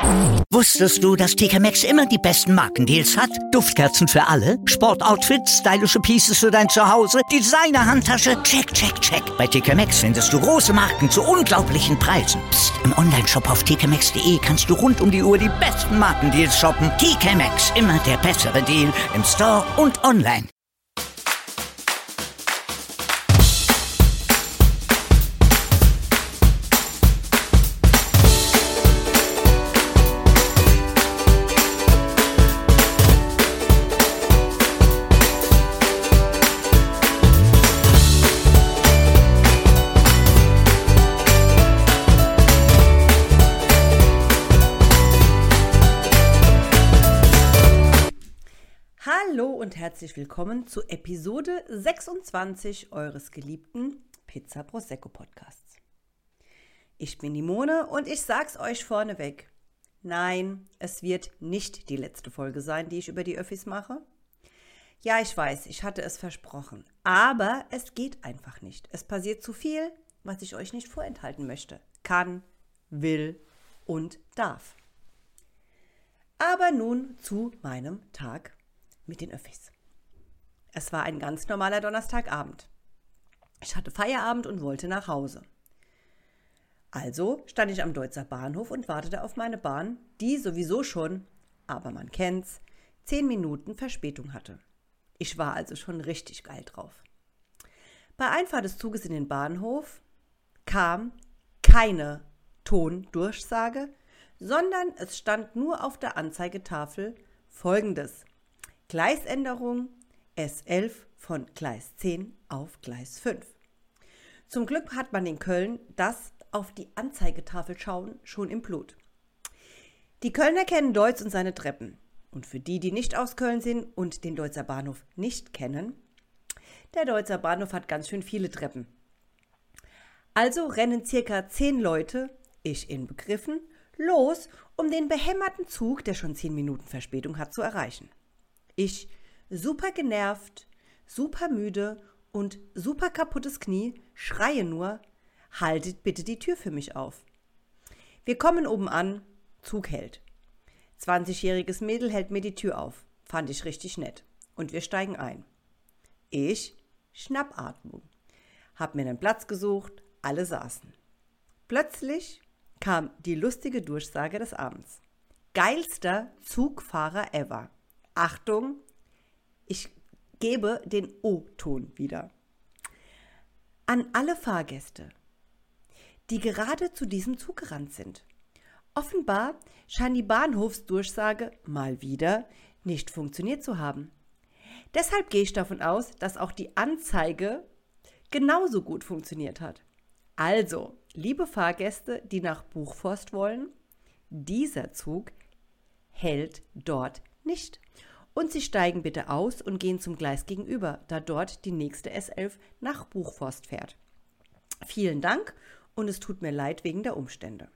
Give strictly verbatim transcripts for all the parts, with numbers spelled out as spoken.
Wusstest du, dass T K Maxx immer die besten Markendeals hat? Duftkerzen für alle, Sportoutfits, stylische Pieces für dein Zuhause, Designer-Handtasche, check, check, check. Bei T K Maxx findest du große Marken zu unglaublichen Preisen. Psst. Im Onlineshop auf t k maxx punkt d e kannst du rund um die Uhr die besten Markendeals shoppen. T K Maxx, immer der bessere Deal im Store und online. Hallo und herzlich willkommen zu Episode sechsundzwanzig eures geliebten Pizza Prosecco Podcasts. Ich bin die Mone und ich sag's euch vorneweg. Nein, es wird nicht die letzte Folge sein, die ich über die Öffis mache. Ja, ich weiß, ich hatte es versprochen, aber es geht einfach nicht. Es passiert zu viel, was ich euch nicht vorenthalten möchte, kann, will und darf. Aber nun zu meinem Tag mit den Öffis. Es war ein ganz normaler Donnerstagabend. Ich hatte Feierabend und wollte nach Hause. Also stand ich am Deutzer Bahnhof und wartete auf meine Bahn, die sowieso schon, aber man kennt's, zehn Minuten Verspätung hatte. Ich war also schon richtig geil drauf. Bei Einfahrt des Zuges in den Bahnhof kam keine Tondurchsage, sondern es stand nur auf der Anzeigetafel Folgendes: Gleisänderung S elf von Gleis zehn auf Gleis fünf. Zum Glück hat man in Köln das auf die Anzeigetafel schauen schon im Blut. Die Kölner kennen Deutz und seine Treppen. Und für die, die nicht aus Köln sind und den Deutzer Bahnhof nicht kennen, der Deutzer Bahnhof hat ganz schön viele Treppen. Also rennen circa zehn Leute, ich inbegriffen, los, um den behämmerten Zug, der schon zehn Minuten Verspätung hat, zu erreichen. Ich, super genervt, super müde und super kaputtes Knie, schreie nur: Haltet bitte die Tür für mich auf. Wir kommen oben an, Zug hält. zwanzigjähriges Mädel hält mir die Tür auf, fand ich richtig nett. Und wir steigen ein. Ich, Schnappatmung, hab mir einen Platz gesucht, alle saßen. Plötzlich kam die lustige Durchsage des Abends: Geilster Zugfahrer ever. Achtung, ich gebe den O-Ton wieder. An alle Fahrgäste, die gerade zu diesem Zug gerannt sind. Offenbar scheint die Bahnhofsdurchsage mal wieder nicht funktioniert zu haben. Deshalb gehe ich davon aus, dass auch die Anzeige genauso gut funktioniert hat. Also, liebe Fahrgäste, die nach Buchforst wollen, dieser Zug hält dort nicht. Und Sie steigen bitte aus und gehen zum Gleis gegenüber, da dort die nächste S elf nach Buchforst fährt. Vielen Dank und es tut mir leid wegen der Umstände.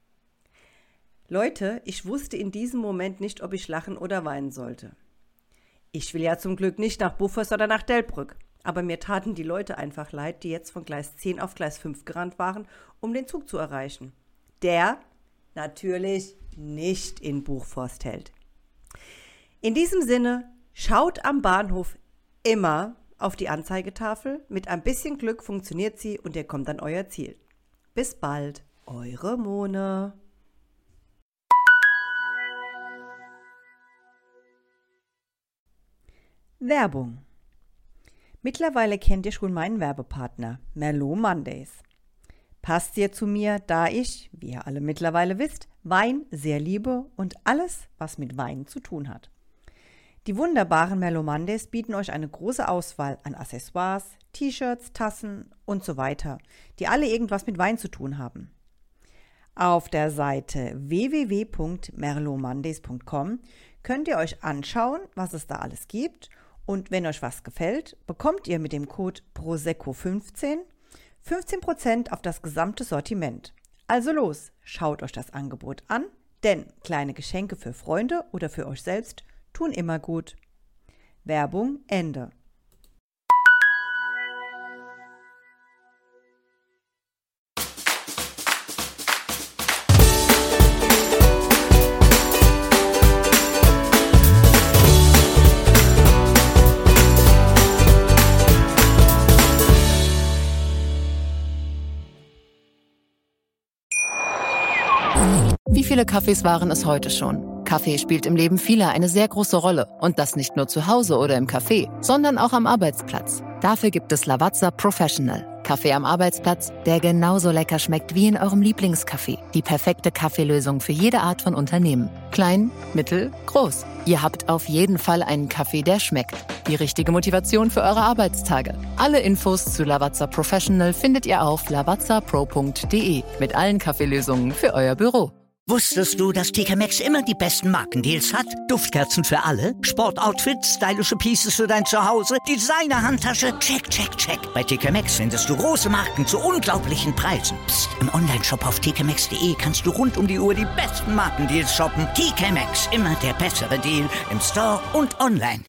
Leute, ich wusste in diesem Moment nicht, ob ich lachen oder weinen sollte. Ich will ja zum Glück nicht nach Buchforst oder nach Delbrück, aber mir taten die Leute einfach leid, die jetzt von Gleis zehn auf Gleis fünf gerannt waren, um den Zug zu erreichen. Der natürlich nicht in Buchforst hält. In diesem Sinne, schaut am Bahnhof immer auf die Anzeigetafel. Mit ein bisschen Glück funktioniert sie und ihr kommt an euer Ziel. Bis bald, eure Mone. Werbung. Mittlerweile kennt ihr schon meinen Werbepartner, Merlot Mondays. Passt sehr zu mir, da ich, wie ihr alle mittlerweile wisst, Wein sehr liebe und alles, was mit Wein zu tun hat. Die wunderbaren Merlot Mondays bieten euch eine große Auswahl an Accessoires, T-Shirts, Tassen und so weiter, die alle irgendwas mit Wein zu tun haben. Auf der Seite w w w punkt merlot mondays punkt com könnt ihr euch anschauen, was es da alles gibt, und wenn euch was gefällt, bekommt ihr mit dem Code Prosecco fünfzehn fünfzehn Prozent auf das gesamte Sortiment. Also los, schaut euch das Angebot an, denn kleine Geschenke für Freunde oder für euch selbst tun immer gut. Werbung Ende. Wie viele Kaffees waren es heute schon? Kaffee spielt im Leben vieler eine sehr große Rolle. Und das nicht nur zu Hause oder im Café, sondern auch am Arbeitsplatz. Dafür gibt es Lavazza Professional. Kaffee am Arbeitsplatz, der genauso lecker schmeckt wie in eurem Lieblingscafé. Die perfekte Kaffeelösung für jede Art von Unternehmen. Klein, mittel, groß. Ihr habt auf jeden Fall einen Kaffee, der schmeckt. Die richtige Motivation für eure Arbeitstage. Alle Infos zu Lavazza Professional findet ihr auf lavazza pro punkt de mit allen Kaffeelösungen für euer Büro. Wusstest du, dass T K Maxx immer die besten Markendeals hat? Duftkerzen für alle, Sportoutfits, stylische Pieces für dein Zuhause, Designer-Handtasche, check, check, check. Bei T K Maxx findest du große Marken zu unglaublichen Preisen. Psst. Im Onlineshop auf t k maxx punkt de kannst du rund um die Uhr die besten Markendeals shoppen. T K Maxx, immer der bessere Deal im Store und online.